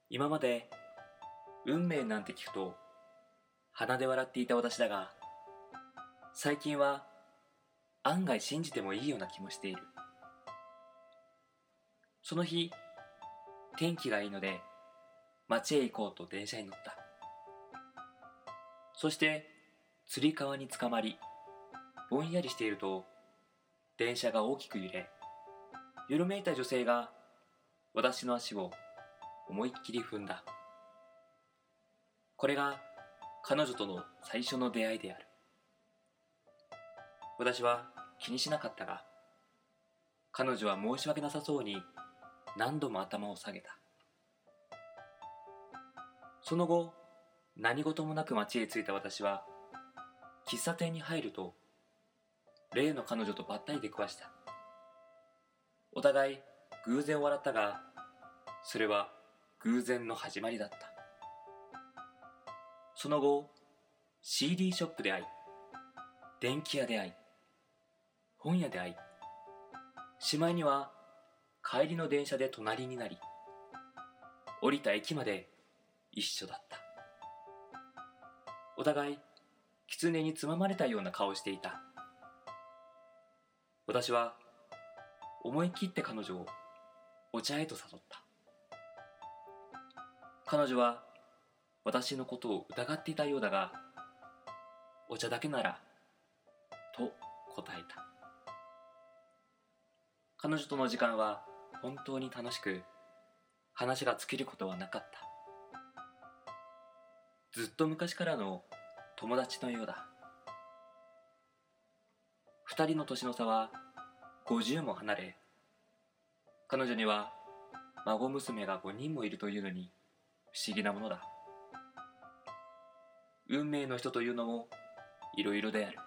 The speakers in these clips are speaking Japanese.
今まで運命なんて聞くと鼻で笑っていた私だが、最近は案外信じてもいいような気もしている。その日、天気がいいので町へ行こうと電車に乗った。そしてつり革につかまり、ぼんやりしていると電車が大きく揺れ、よろめいた女性が私の足を思いっきり踏んだ。これが彼女との最初の出会いである。私は気にしなかったが、彼女は申し訳なさそうに何度も頭を下げた。その後、何事もなく町へ着いた私は、喫茶店に入ると例の彼女とばったり出くわした。お互い偶然笑ったが、それは偶然の始まりだった。その後、CD ショップで会い、電気屋で会い、本屋で会い、しまいには帰りの電車で隣になり、降りた駅まで一緒だった。お互い狐につままれたような顔をしていた。私は思い切って彼女をお茶へと誘った。彼女は私のことを疑っていたようだが、お茶だけならと答えた。彼女との時間は本当に楽しく、話が尽きることはなかった。ずっと昔からの友達のようだ。二人の年の差は50も離れ、彼女には孫娘が5人もいるというのに不思議なものだ。運命の人というのもいろいろである。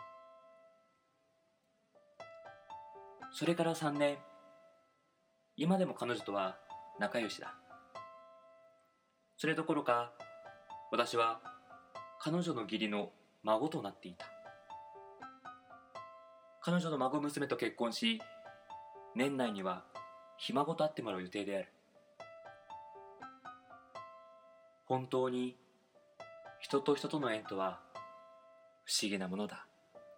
それから3年、今でも彼女とは仲良しだ。それどころか、私は彼女の義理の孫となっていた。彼女の孫娘と結婚し、年内にはひ孫と会ってもらう予定である。本当に人と人との縁とは不思議なものだ。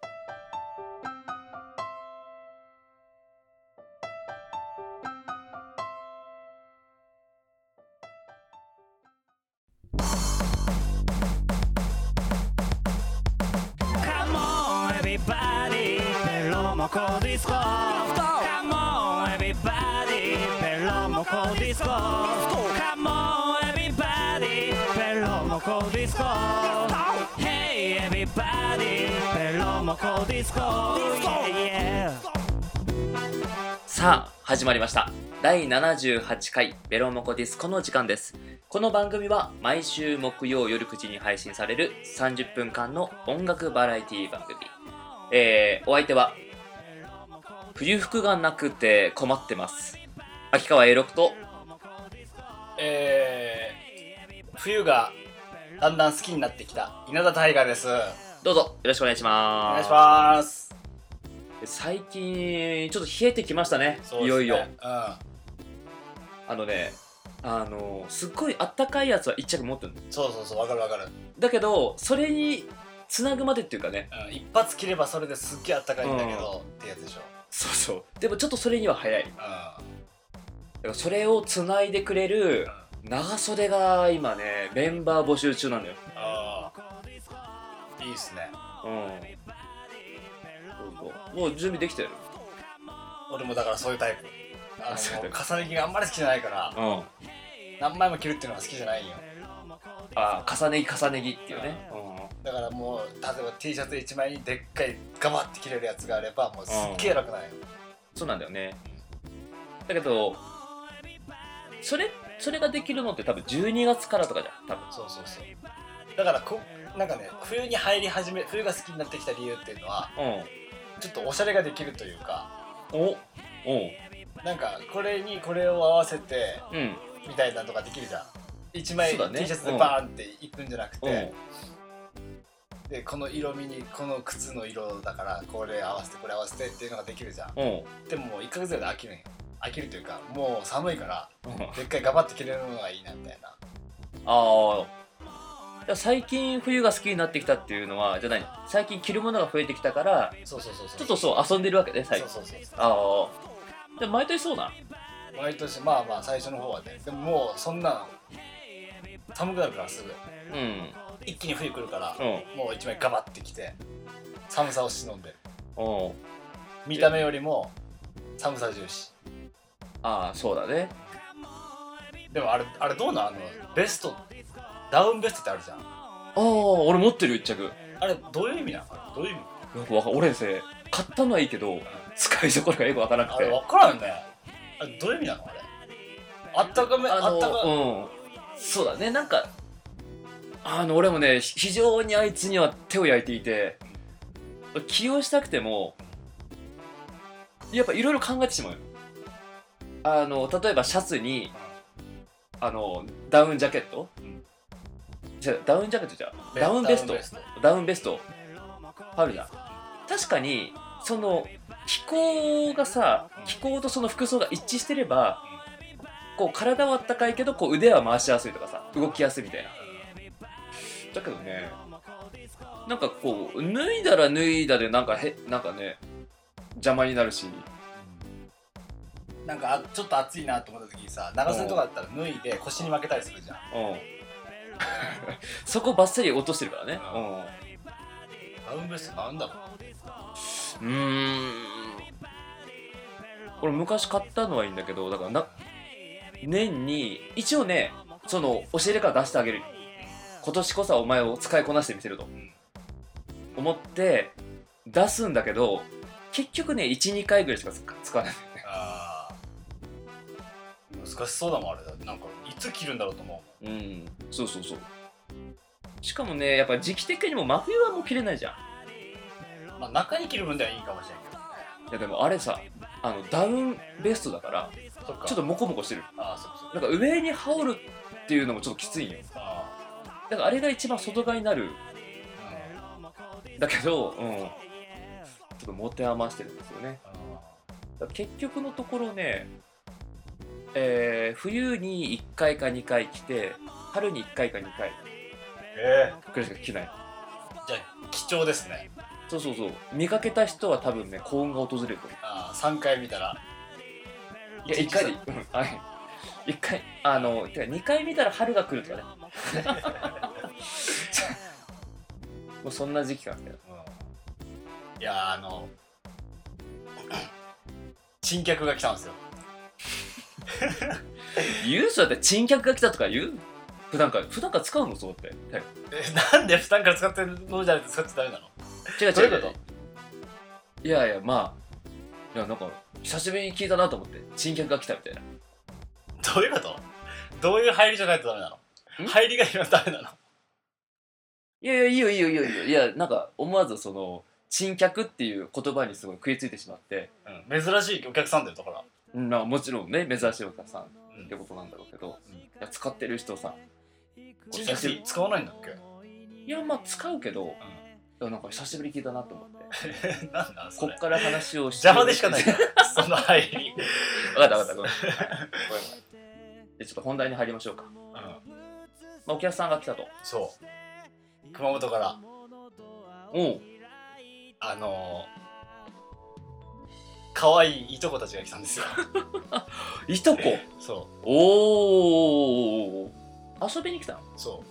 ペロモコディスコ Come on everybody ペロモコディスコ Come on everybody ペロモコディスコ Hey everybody ペロモコディスコ Yeah, yeah. さあ始まりました。第78回ベロモコディスコの時間です。この番組は毎週木曜夜9時に配信される30分間の音楽バラエティ番組。お相手は冬服がなくて困ってます、秋川 A6 と冬がだんだん好きになってきた稲田大我です。 どうぞよろしくお願いしお願いします。 ます。 最近ちょっと冷えてきましたね。 そうですね、 いよいよ、 うん、 すっごいあったかいやつは1着持ってるの。 そうそうそう、わかるわかる、 だけどそれにつなぐまでっていうかね、 一発切ればそれですっげえあったかいんだけど、ってやつでしょ。 そうそう、でもちょっとそれには早い。だからそれをつないでくれる長袖が今ねメンバー募集中なんだよ。 いいっすね。 そうそう、もう準備できてる。 俺もだからそういうタイプ。 そうだよ重ね着があんまり好きじゃないから、何枚も着るっていうのが好きじゃないんよ。 重ね着重ね着っていうね、 だからもう例えば T シャツ1枚にでっかいガバって着れるやつがあればもうすっげえ楽なんよ。 そうなんだよね。だけどそれができるのって多分12月からとかじゃん、多分。 そうそうそう。だからなんかね、冬が好きになってきた理由っていうのは、ちょっとおしゃれができるというか、なんかこれにこれを合わせて、みたいなのができるじゃん。1枚、ね、T シャツでバーンっていくんじゃなくて、でこの色味にこの靴の色だからこれ合わせてこれ合わせてっていうのができるじゃん。でももう1ヶ月ぐらいで飽きるんよ。 飽きるというかもう寒いからでっかいガバッて着れるのがいいなみたいな。 ああ、最近冬が好きになってきたっていうのはじゃあ何、最近着るものが増えてきたからそうそうそうそう、 ちょっとそう遊んでるわけね最近。 そうそうそうそう、 ああ、でも毎年そうな。 毎年まあまあ最初の方はね、でももうそんな寒くなるからすぐ、 うん、 一気に冬来るから、 うん、 もう一枚ガバッて着て寒さを忍んでる。 おう、 見た目よりも寒さ重視。 ああそうだね。 でもあれどうなんベスト、ダウンベストってあるじゃん。 ああ俺持ってる一着。 あれどういう意味なの？どういう意味？ よくわかん、俺ですね買ったのはいいけど使いどころがよくわからなくて。 あれ分からんよね。あれどういう意味なのあれ。あったかめ、あったか、 うん、そうだね。なんか俺もね非常にあいつには手を焼いていて、起用したくてもやっぱいろいろ考えてしまうよ。例えばシャツにダウンジャケット、じゃダウンジャケットじゃダウンベスト、ダウンベストあるじゃん。確かにその気候がさ、気候とその服装が一致してればこう体はあったかいけどこう腕は回しやすいとかさ、動きやすいみたいな。だけどね、なんかこう脱いだら脱いだでなんかね邪魔になるし、 なんかちょっと暑いなと思った時にさ、長袖とかだったら脱いで腰に負けたりするじゃん。 そこバッサリ落としてるからね。 ダウンベストなんだろう。 俺昔買ったのはいいんだけど、だから年に一応ね、その教えから出してあげる。今年こそはお前を使いこなしてみせると思って出すんだけど、結局ね 1,2 回ぐらいしか使わないんだよね。 難しそうだもんあれだ。なんかいつ着るんだろうと思う。 そうそうそう。しかもねやっぱ時期的にも真冬はもう着れないじゃん。 まあ中に着る分ではいいかもしれんけど。 いやでもあれさ、ダウンベストだからちょっとモコモコしてる。なんか上に羽織るっていうのもちょっときついんよ。だからあれが一番外側になる。だけど、ちょっと持て余してるんですよね。だから結局のところね、冬に1回か2回着て、春に1回か2回くらいしか着ない。 じゃあ貴重ですね。 そうそうそう。見かけた人は多分ね幸運が訪れると思う。 3回見たら。 いや1回で、はい。1回てか2回見たら春が来るとかね。もうそんな時期かみたいな。 いや珍客が来たんですよ。 言うそうだって珍客が来たとか言う？普段から使うのそうって。 なんで普段から使ってるのじゃなくて使っちゃダメなの？ 違う。いやまあ、いやなんか久しぶりに聞いたなと思って珍客が来たみたいな。 どういうこと？どういう入りじゃないとダメなの？入りが今ダメなの？ いやいいよ。いやなんか思わずその珍客っていう言葉にすごい食いついてしまって。 珍しいお客さんだよだから。 まあもちろんね珍しいお客さんってことなんだろうけど、いや使ってる人さ。 珍客使わないんだっけ？ いやまあ使うけど、いやなんか久しぶり聞いたなと思って。 なんだそれ。 こっから話をして。 邪魔でしかないからその入り。 分かったごめん。でちょっと本題に入りましょうか。お客さんが来たと。 そう。熊本から。可愛いいとこたちが来たんですよ。 いとこ。 そう。 おお。遊びに来たの？ そう。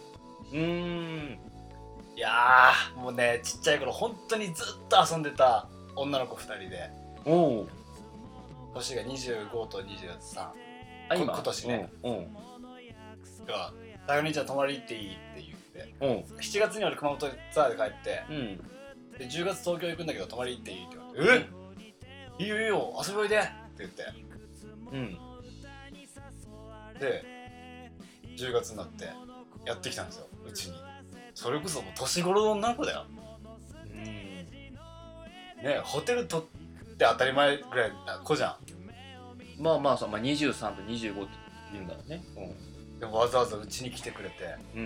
いやもうねちっちゃい頃本当にずっと遊んでた女の子2人で。年が25と23。今年ね。が大お兄ちゃん泊まり行っていいって言って。7月に俺熊本ツアーで帰って。で10月東京行くんだけど泊まり行っていいって言われて。いいよ遊びおいでって言って、で10月になってやってきたんですようちに。それこそもう年頃の女の子だよ。ねホテル取って当たり前ぐらいな子じゃん。まあ 23と25って言うんだろうね。 でもわざわざうちに来てくれて、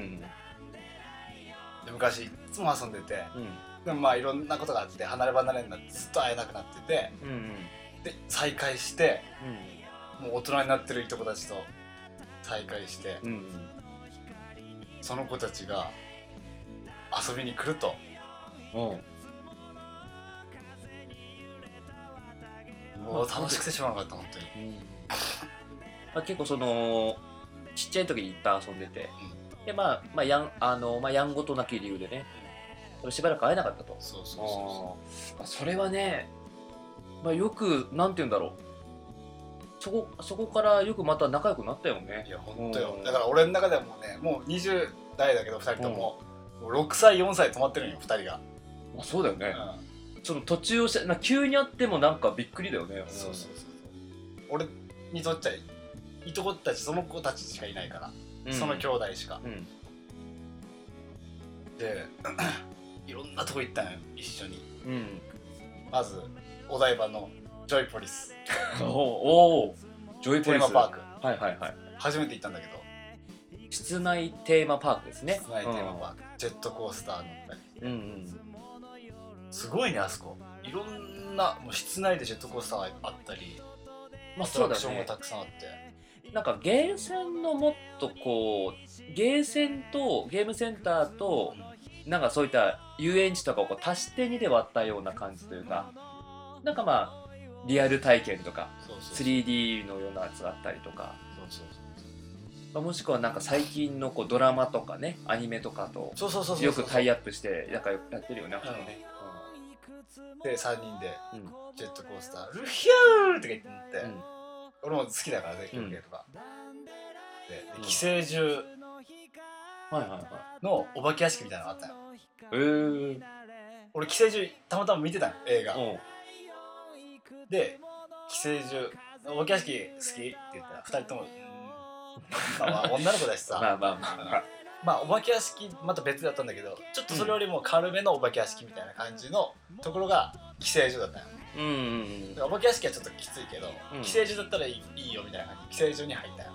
で昔いつも遊んでて、でもまあいろんなことがあって離れ離れになってずっと会えなくなってて、で再会して、 もう大人になってるいとこたちと再会して、その子たちが遊びに来ると、もう楽しくてしまわなかった本当に。 結構そのちっちゃい時にいっぱい遊んでて、でやんごとなき理由でね、しばらく会えなかったと。それはね、よくなんて言うんだろう、そこからよくまた仲良くなったよね。 いや本当よ。だから俺の中ではもうね、もう20代だけど2人とも、6歳4歳止まってるんよ2人が。 そうだよね。その途中を急に会ってもなんかびっくりだよね。 そう俺にとっちゃいとこたち、その子たちしかいないから、その兄弟しか。でいろんなとこ行ったんよ一緒に。まずお台場のジョイポリスジョイポリステーマパーク、初めて行ったんだけど、 室内テーマパークですね。 室内テーマパーク、ジェットコースター乗ったり、すごいねあそこ。いろんなもう室内でジェットコースターがあったり、アトラクションがたくさんあって、 なんかゲーセンのもっとこうゲーセンとゲームセンターと、なんかそういった遊園地とかをこう足して2で割ったような感じというか、なんかリアル体験とか 3D のようなやつがあったりとか、もしくはなんか最近のこうドラマとかね、アニメとかとよくタイアップしてなんかやってるよね。 で3人でジェットコースタールヒューって言って、俺も好きだからね、休憩とかで寄生獣のお化け屋敷みたいなのがあったよ。俺寄生獣たまたま見てたの映画で、寄生獣お化け屋敷好きって言ったら2人とも女の子だしさお化け屋敷また別だったんだけど、ちょっとそれよりも軽めのお化け屋敷みたいな感じのところが寄生獣だったよ。お化け屋敷はちょっときついけど、寄生獣だったらいいよみたいな感じで寄生獣に入ったよ。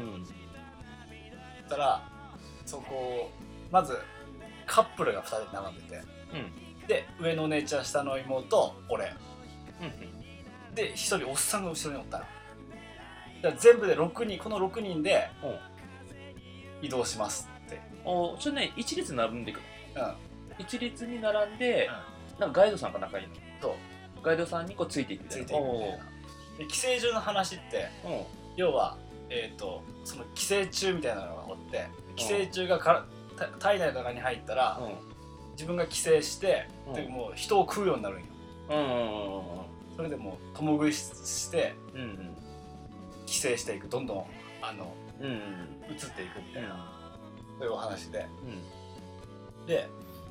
だからそこまずカップルが2人並んでて、で上のお姉ちゃん下の妹俺、で1人おっさんが後ろにおったの。だから全部で6人、この6人で移動しますって。 それね、一列並んでいくの。一列に並んで、なんかガイドさんか仲いいの。ガイドさんにこうついていくみたいな。 で寄生獣の話って、要はその寄生虫みたいなのがおって、寄生虫が体内の中に入ったら、自分が寄生して、でもう人を食うようになるんよ。それでもう共食いして、寄生していく、どんどん移っていくみたいな、そういうお話で、で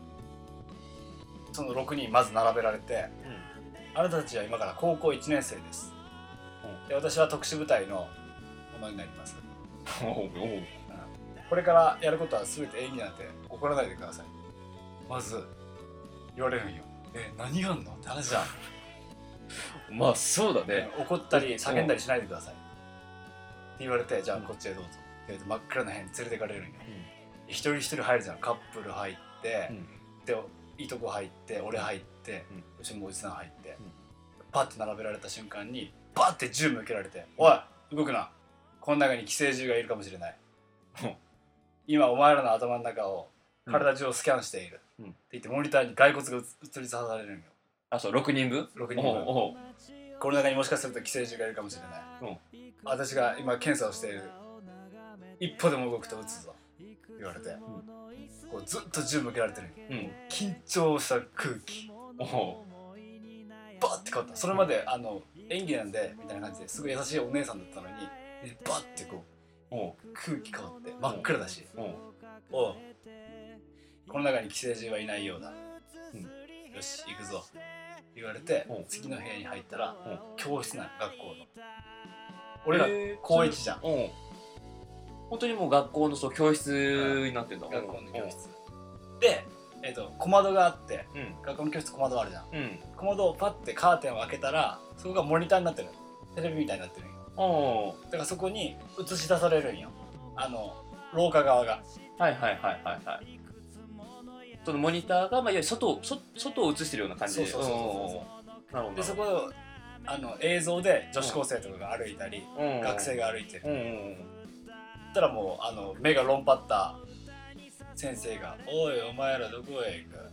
その6人まず並べられて、あなたたちは今から高校1年生です、で私は特殊部隊のものになります、これからやることは全て演技なんて怒らないでください、まず言われるんよ。何やんのって話じゃん。 そうだね。 怒ったり叫んだりしないでくださいって言われて、じゃあこっちへどうぞって真っ暗な部屋に連れてかれるんよ。一人一人入るじゃん。カップル入って、でいとこ入って、俺入って、後ろもおじさん入って、パッて並べられた瞬間にパッて銃向けられて、おい動くな、この中に寄生獣がいるかもしれない、今お前らの頭の中を体中をスキャンしている、って言ってモニターに骸骨が映りさされるんよ。 6人分 6人分この中にもしかすると寄生獣がいるかもしれない、私が今検査をしている、一歩でも動くと撃つぞ言われて、こうずっと銃向けられてる、緊張した空気バッて変わった。それまで演技なんでみたいな感じですごい優しいお姉さんだったのに、バッてこう空気変わって真っ暗だし、この中に寄生獣はいないようだ、よし行くぞ言われて、次の部屋に入ったら、教室なの、学校の。俺ら高1じゃん。 本当にもう学校の教室になってんだ。 学校の教室で、小窓があって、学校の教室小窓あるじゃん。小窓をパッてカーテンを開けたら、そこがモニターになってる、テレビみたいになってるんよ。だからそこに映し出されるんよ、廊下側が。そのモニターが、いわゆる外を映してるような感じで。 でそこ映像で女子高生とかが歩いたり、学生が歩いてる、たらもう目が論破った先生が「おいお前らどこへ行く?」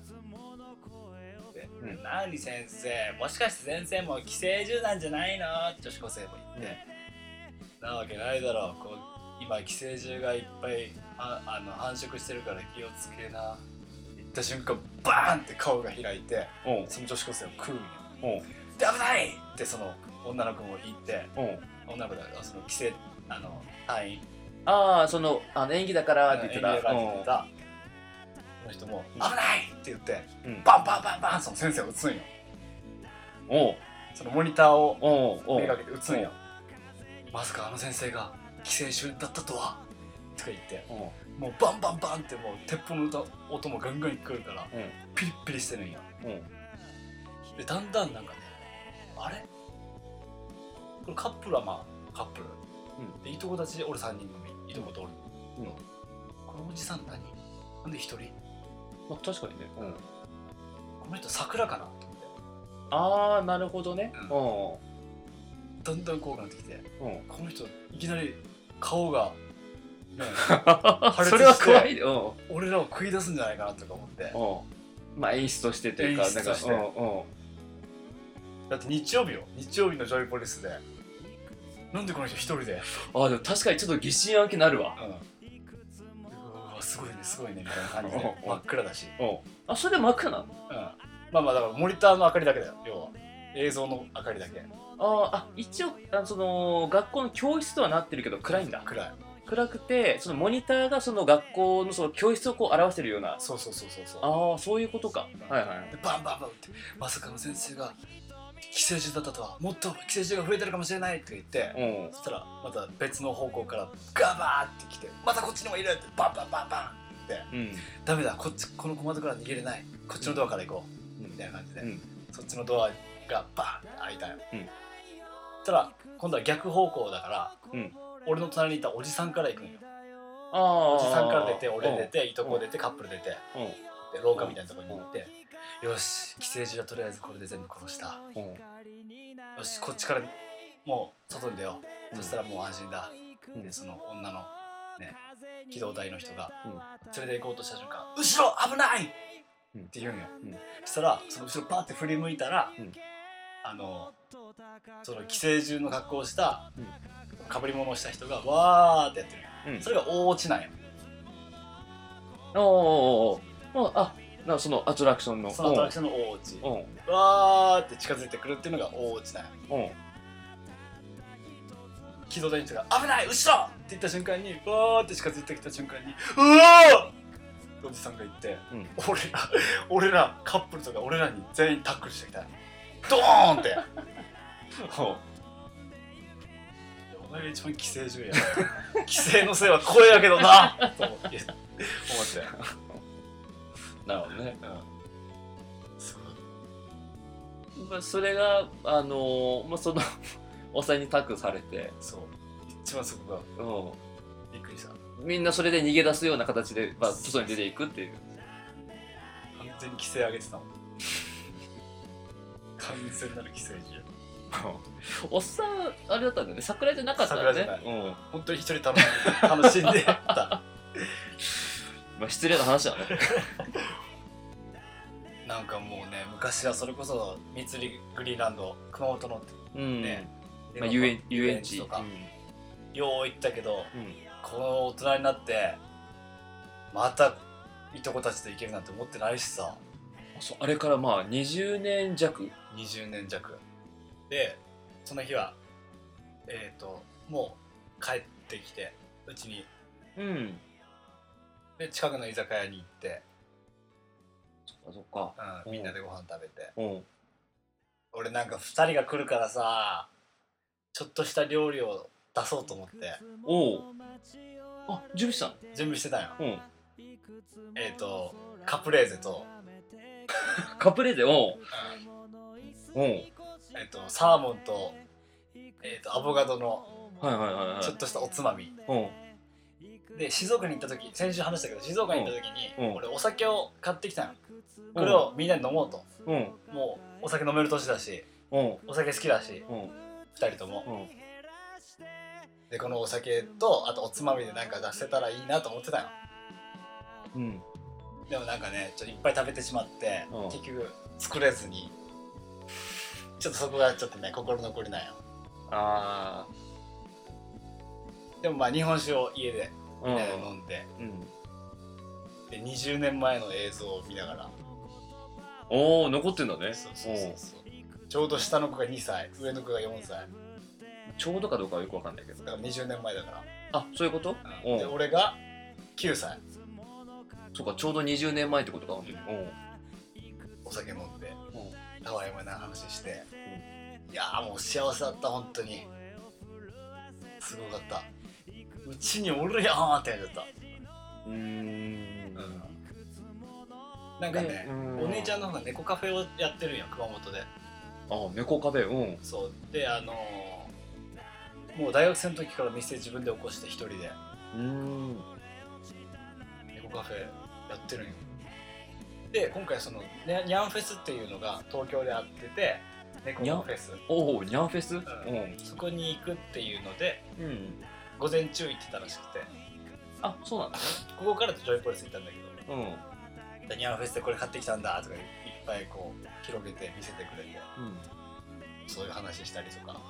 何先生、もしかして先生も寄生獣なんじゃないの?女子高生も言って、なわけないだろう、今寄生獣がいっぱい繁殖してるから気をつけな言った瞬間バーンって顔が開いて、その女子高生を食うんよ。で危ないってその女の子も言って、女の子だからその寄生隊員、 その演技だからって言ってた、 この人も危ないって言って、バンバンバンバンその先生を撃つんよ。そのモニターをめがけて撃つんよ。まさか先生が寄生獣だったとはとか言って、もうバンバンバンってもう鉄砲の音もガンガン来るから、ピリッピリしてるんよ。でだんだんなんかね、あれこれカップルはカップル、でいとこたちで俺3人組、いとこと俺、このおじさんなんで一人、 確かにね、 この人桜かなと思って、 なるほどね、 だんだん怖くなってきて、この人いきなり顔が、ね、 それは怖いで、 俺らを食い出すんじゃないかなとか思って、 演出としてというか、 演出として、だって日曜日のジョイポリスでなんでこの人一人で、 でも確かにちょっと疑心暗鬼になるわ、 すごいねすごいねみたいな感じで真っ暗だし、 それで真っ暗なの？ まあだからモニターの明かりだけだよ、要は映像の明かりだけ。 一応その学校の教室とはなってるけど暗いんだ。暗くて、そのモニターがその学校のその教室を表してるような。 そうそういうことか。 でバンバンバンって、まさかの先生が寄生獣だったとは、もっと寄生獣が増えてるかもしれないって言って、そしたらまた別の方向からガバーって来て、またこっちにもいるってバンバンバンバンって、ダメだ、この小窓から逃げれない、こっちのドアから行こう、みたいな感じで、そっちのドアがバーンって開いたよ。そしたら今度は逆方向だから、俺の隣にいたおじさんから行くんよ。おじさんから出て、俺出て、いとこ出て、カップル出て、で廊下みたいなところに行って、よし寄生獣はとりあえずこれで全部殺した、よしこっちからもう外に出よう、そしたらもう安心だ、でその女のね機動隊の人が連れて行こうとした瞬間、後ろ危ないって言うんよ。そしたらその後ろパーって振り向いたら、その寄生獣の格好をしたかぶり物をした人がわーってやってる、それが大落ちなんよ。 そのアトラクションの大落ち、わーって近づいてくるっていうのが大落ちなんよ。機動隊の人が危ない後ろって言った瞬間に、わーって近づいてきた瞬間にうわーおじさんが言って、俺らカップルとか俺らに全員タックルしてきた、ドーンってお前が一番寄生獣や寄生のせいは声やけどなと思ってなるほどね。それがそのおさにタックされて、 一番そこがびっくりした。 みんなそれで逃げ出すような形で外に出ていくっていう。 完全に規制上げてたもん完全なる寄生獣おっさんあれだったんだよね、桜じゃなかったんだよね。 本当に一人楽しんでた失礼な話だねなんかもうね、昔はそれこそ三つグリーンランド熊本のね、 遊園地とか、よう行ったけど、この大人になってまたいとこたちと行けるなんて思ってないしさ。 あれから20年弱で、その日はもう帰ってきてうちに、で近くの居酒屋に行って、 そっか、 みんなでご飯食べて、俺なんか2人が来るからさ、ちょっとした料理を出そうと思って、 準備してたよ。カプレーゼとサーモンとアボカドのちょっとしたおつまみで、静岡に行った時、先週話したけど、静岡に行った時に俺お酒を買ってきたの。これをみんなに飲もうと、もうお酒飲める年だしお酒好きだし、2人とも、でこのお酒とあとおつまみでなんか出せたらいいなと思ってたよ。でもなんかねちょっといっぱい食べてしまって、結局作れずにちょっとそこがちょっとね心残りなんよ。でもまあ日本酒を家で飲んで、で20年前の映像を見ながら。 残ってんだね。 そうちょうど下の子が2歳上の子が4歳。 ちょうどかどうかはよくわかんないけど、 だから20年前だから。 そういうこと？ で俺が9歳。 そうか、ちょうど20年前ってことか。 お酒飲んでたわいもない話して、いやーもう幸せだった。本当にすごかった。うちにおるやんって感じだった。なんかね、お姉ちゃんの方が猫カフェをやってるんよ、熊本で。 猫カフェ。 そうでもう大学生の時から店自分で起こして一人で猫カフェやってるんよ。で今回そのニャンフェスっていうのが東京であってて、猫のフェス。 ニャンフェス？ そこに行くっていうので、午前中行ってたらしくて。 そうなんだね。 ここからジョイポリス行ったんだけど、ニャンフェスでこれ買ってきたんだとかいっぱいこう広げて見せてくれて、そういう話したりとか。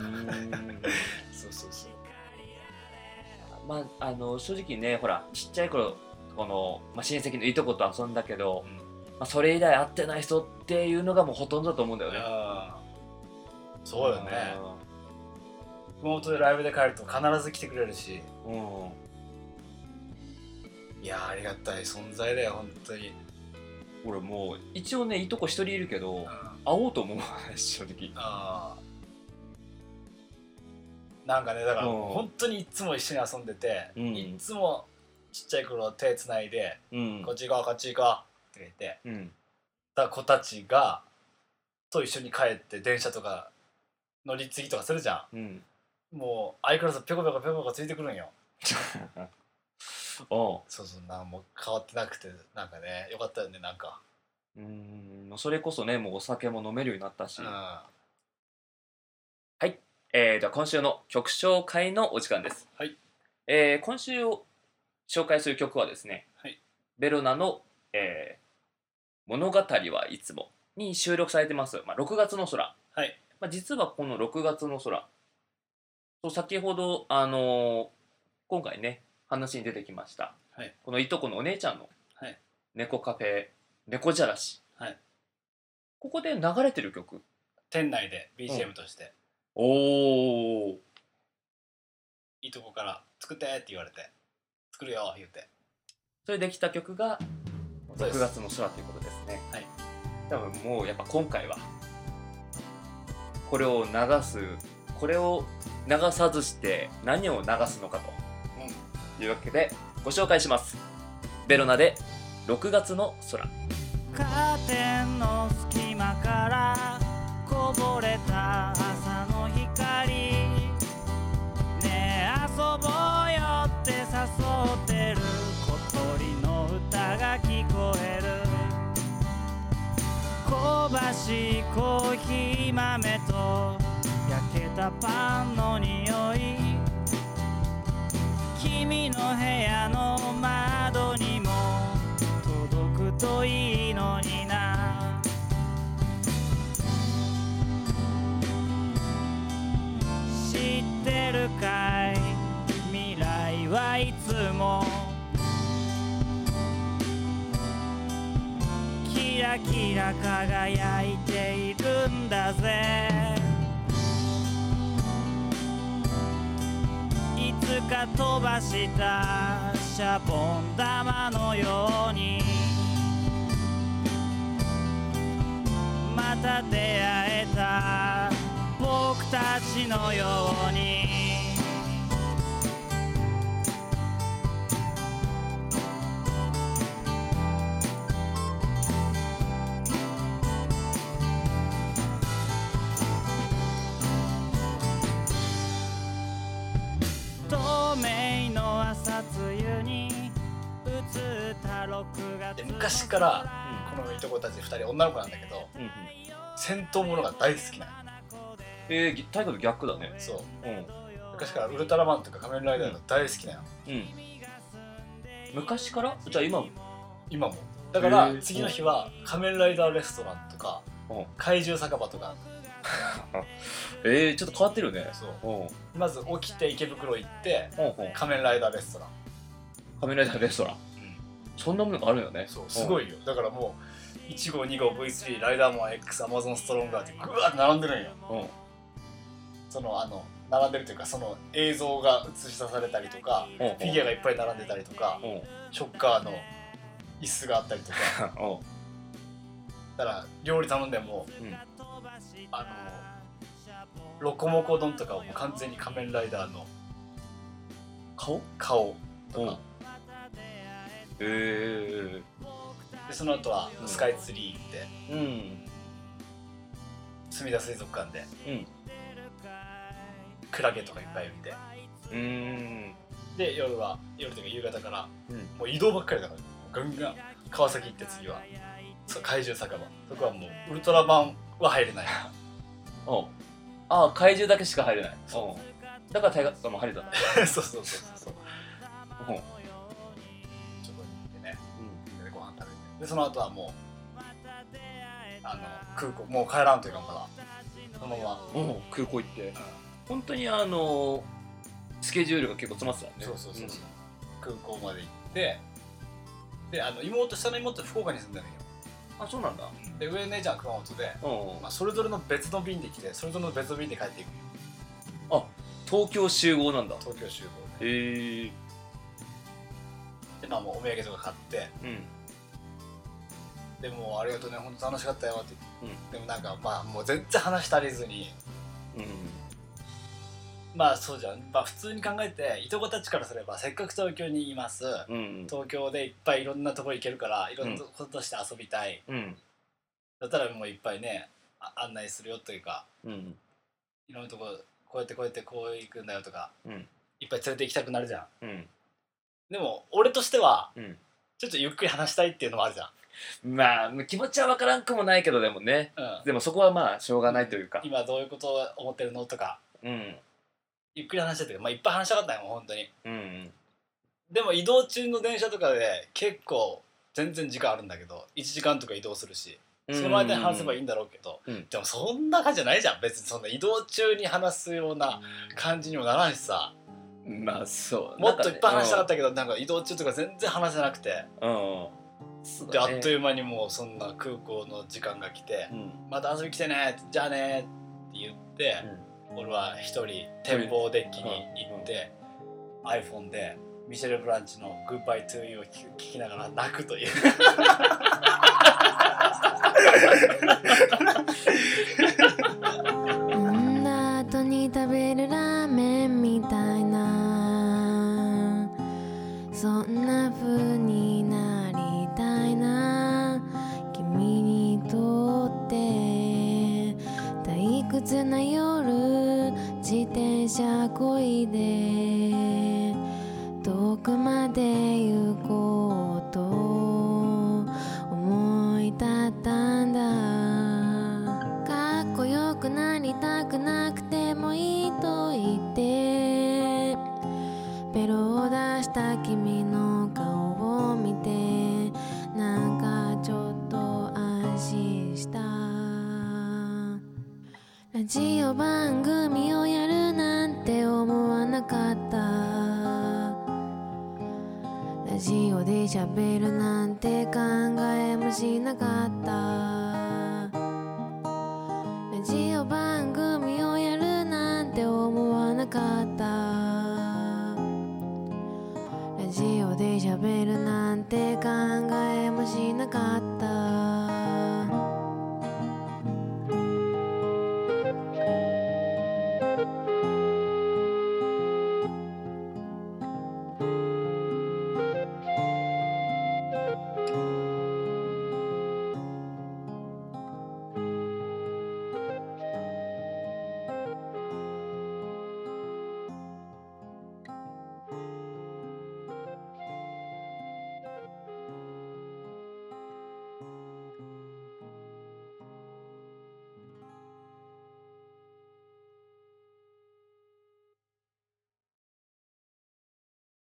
そうまあ正直ね、ほらちっちゃい頃この、親戚のいとこと遊んだけど、それ以来会ってない人っていうのがもうほとんどだと思うんだよね。 そうよね。熊本でライブで帰ると必ず来てくれるし、いやありがたい存在だよ本当に。 俺もう一応ねいとこ一人いるけど、会おうと思う正直。 なんかねだから本当にいつも一緒に遊んでて、いつもちっちゃい頃手つないで、こっち行こうこっち行こうって言って、た子たちがと一緒に帰って電車とか乗り継ぎとかするじゃん。もう相変わらずぴょこぴょこぴょこぴょこついてくるんよ。そうなんかもう変わってなくてなんかねよかったよね。なんかそれこそねもうお酒も飲めるようになったし。はい、では今週の曲紹介のお時間です。今週を紹介する曲はですね、ベロナの、物語はいつもに収録されてます、6月の空。実はこの6月の空、先ほど、今回ね話に出てきました、このいとこのお姉ちゃんの猫カフェ猫じゃらし、ここで流れてる曲、 店内で BGM として、いとこから作ってって言われて作るよ言って、 それできた曲が6月の空ということですね。多分もうやっぱ今回はこれを流さずして何を流すのかというわけでご紹介します。ベロナで6月の空。 カーテンの隙間からこぼれた朝の光、ねえ遊ぼうよって誘ってる小鳥の歌が聞こえる、香ばしいコーヒー豆と焼けたパンの匂い、君の部屋の窓にも届くといいのにな。知ってるかい未来はいつもキラキラ輝いているんだぜ。いつか飛ばしたシャボン玉のようにまた出会えた僕たちのように。透明の朝露に映った6月。 昔からこのいとこたち2人女の子なんだけど、 戦闘ものが大好きなの。 タイガと逆だね。 そう、 うん、 昔からウルトラマンとか仮面ライダーが大好きなの。 うん、昔から？じゃあ今も？ 今も。だから次の日は仮面ライダーレストランとか、怪獣酒場とかちょっと変わってるよね。 そう、まず起きて池袋行って仮面ライダーレストラン。 仮面ライダーレストラン、そんなものがあるよね。 そう、すごいよ。だからもう1号2号 V3 ライダーマン X アマゾンストロンガーってグワーって並んでるんよ。その並んでるというか、その映像が映し出されたりとか、フィギュアがいっぱい並んでたりとか、ショッカーの椅子があったりとかだから料理頼んでも、ロコモコ丼とかをもう完全に仮面ライダーの顔とか、でその後はスカイツリー行って、すみだ水族館で、クラゲとかいっぱい見て、で夜というか夕方から、もう移動ばっかりだから、ガンガン川崎行って、次は怪獣酒場。そこはもうウルトラマンは入れない怪獣だけしか入れない。だからタイガーも入れたんだそうそこに行ってね、でご飯食べて、でその後はもう空港、もう帰らんといかんから、そのまま空港行って、本当にスケジュールが結構詰まってたんで、そう空港まで行って、で下の妹福岡に住んでるんよ。 あ、そうなんだ。 で上姉ちゃん熊本で、それぞれの別の便で来て、それぞれの別の便で帰っていく。 あ、東京集合なんだ。 東京集合で、でもうお土産とか買って、でもありがとうね、本当楽しかったよって、でもなんかもう全然話足りずに、そうじゃん。普通に考えて、いとこたちからすればせっかく東京にいます、東京でいっぱいいろんなとこ行けるからいろんなことして遊びたい、だったらもういっぱいね案内するよというか、いろんなとここうやってこう行くんだよとか、いっぱい連れて行きたくなるじゃん、でも俺としては、ちょっとゆっくり話したいっていうのもあるじゃん。 気持ちは分からんくもないけど、でもね、でもそこはしょうがないというか、 今どういうことを思ってるのとか、ゆっくり話してて、いっぱい話したかったよ本当に。でも移動中の電車とかで結構全然時間あるんだけど、1時間とか移動するし、その間に話せばいいんだろうけど、でもそんな感じじゃないじゃん。別にそんな移動中に話すような感じにもならんしさ。 そうもっといっぱい話したかったけど、なんか移動中とか全然話せなくて、であっという間にもうそんな空港の時間が来て、また遊び来てね、じゃあねって言って、俺は一人展望デッキに行って、iPhone でミシェル・ブランチの「Goodbye to You」を聴きながら泣くという飲んだ後に食べるラーメンみたいな、そんな風になりたいな、君にとって退屈な夜、自転車こいで遠くまで行こうと思い立ったんだ。かっこよくなりたくなくてもいいと言ってベロを出した君の顔を見て、なんかちょっと安心した。ラジオ番組をやるなんて思わなかった。ラジオで喋るなんて考えもしなかった。ラジオ番組をやるなんて思わなかった。ラジオで喋るなんて考えもしなかった。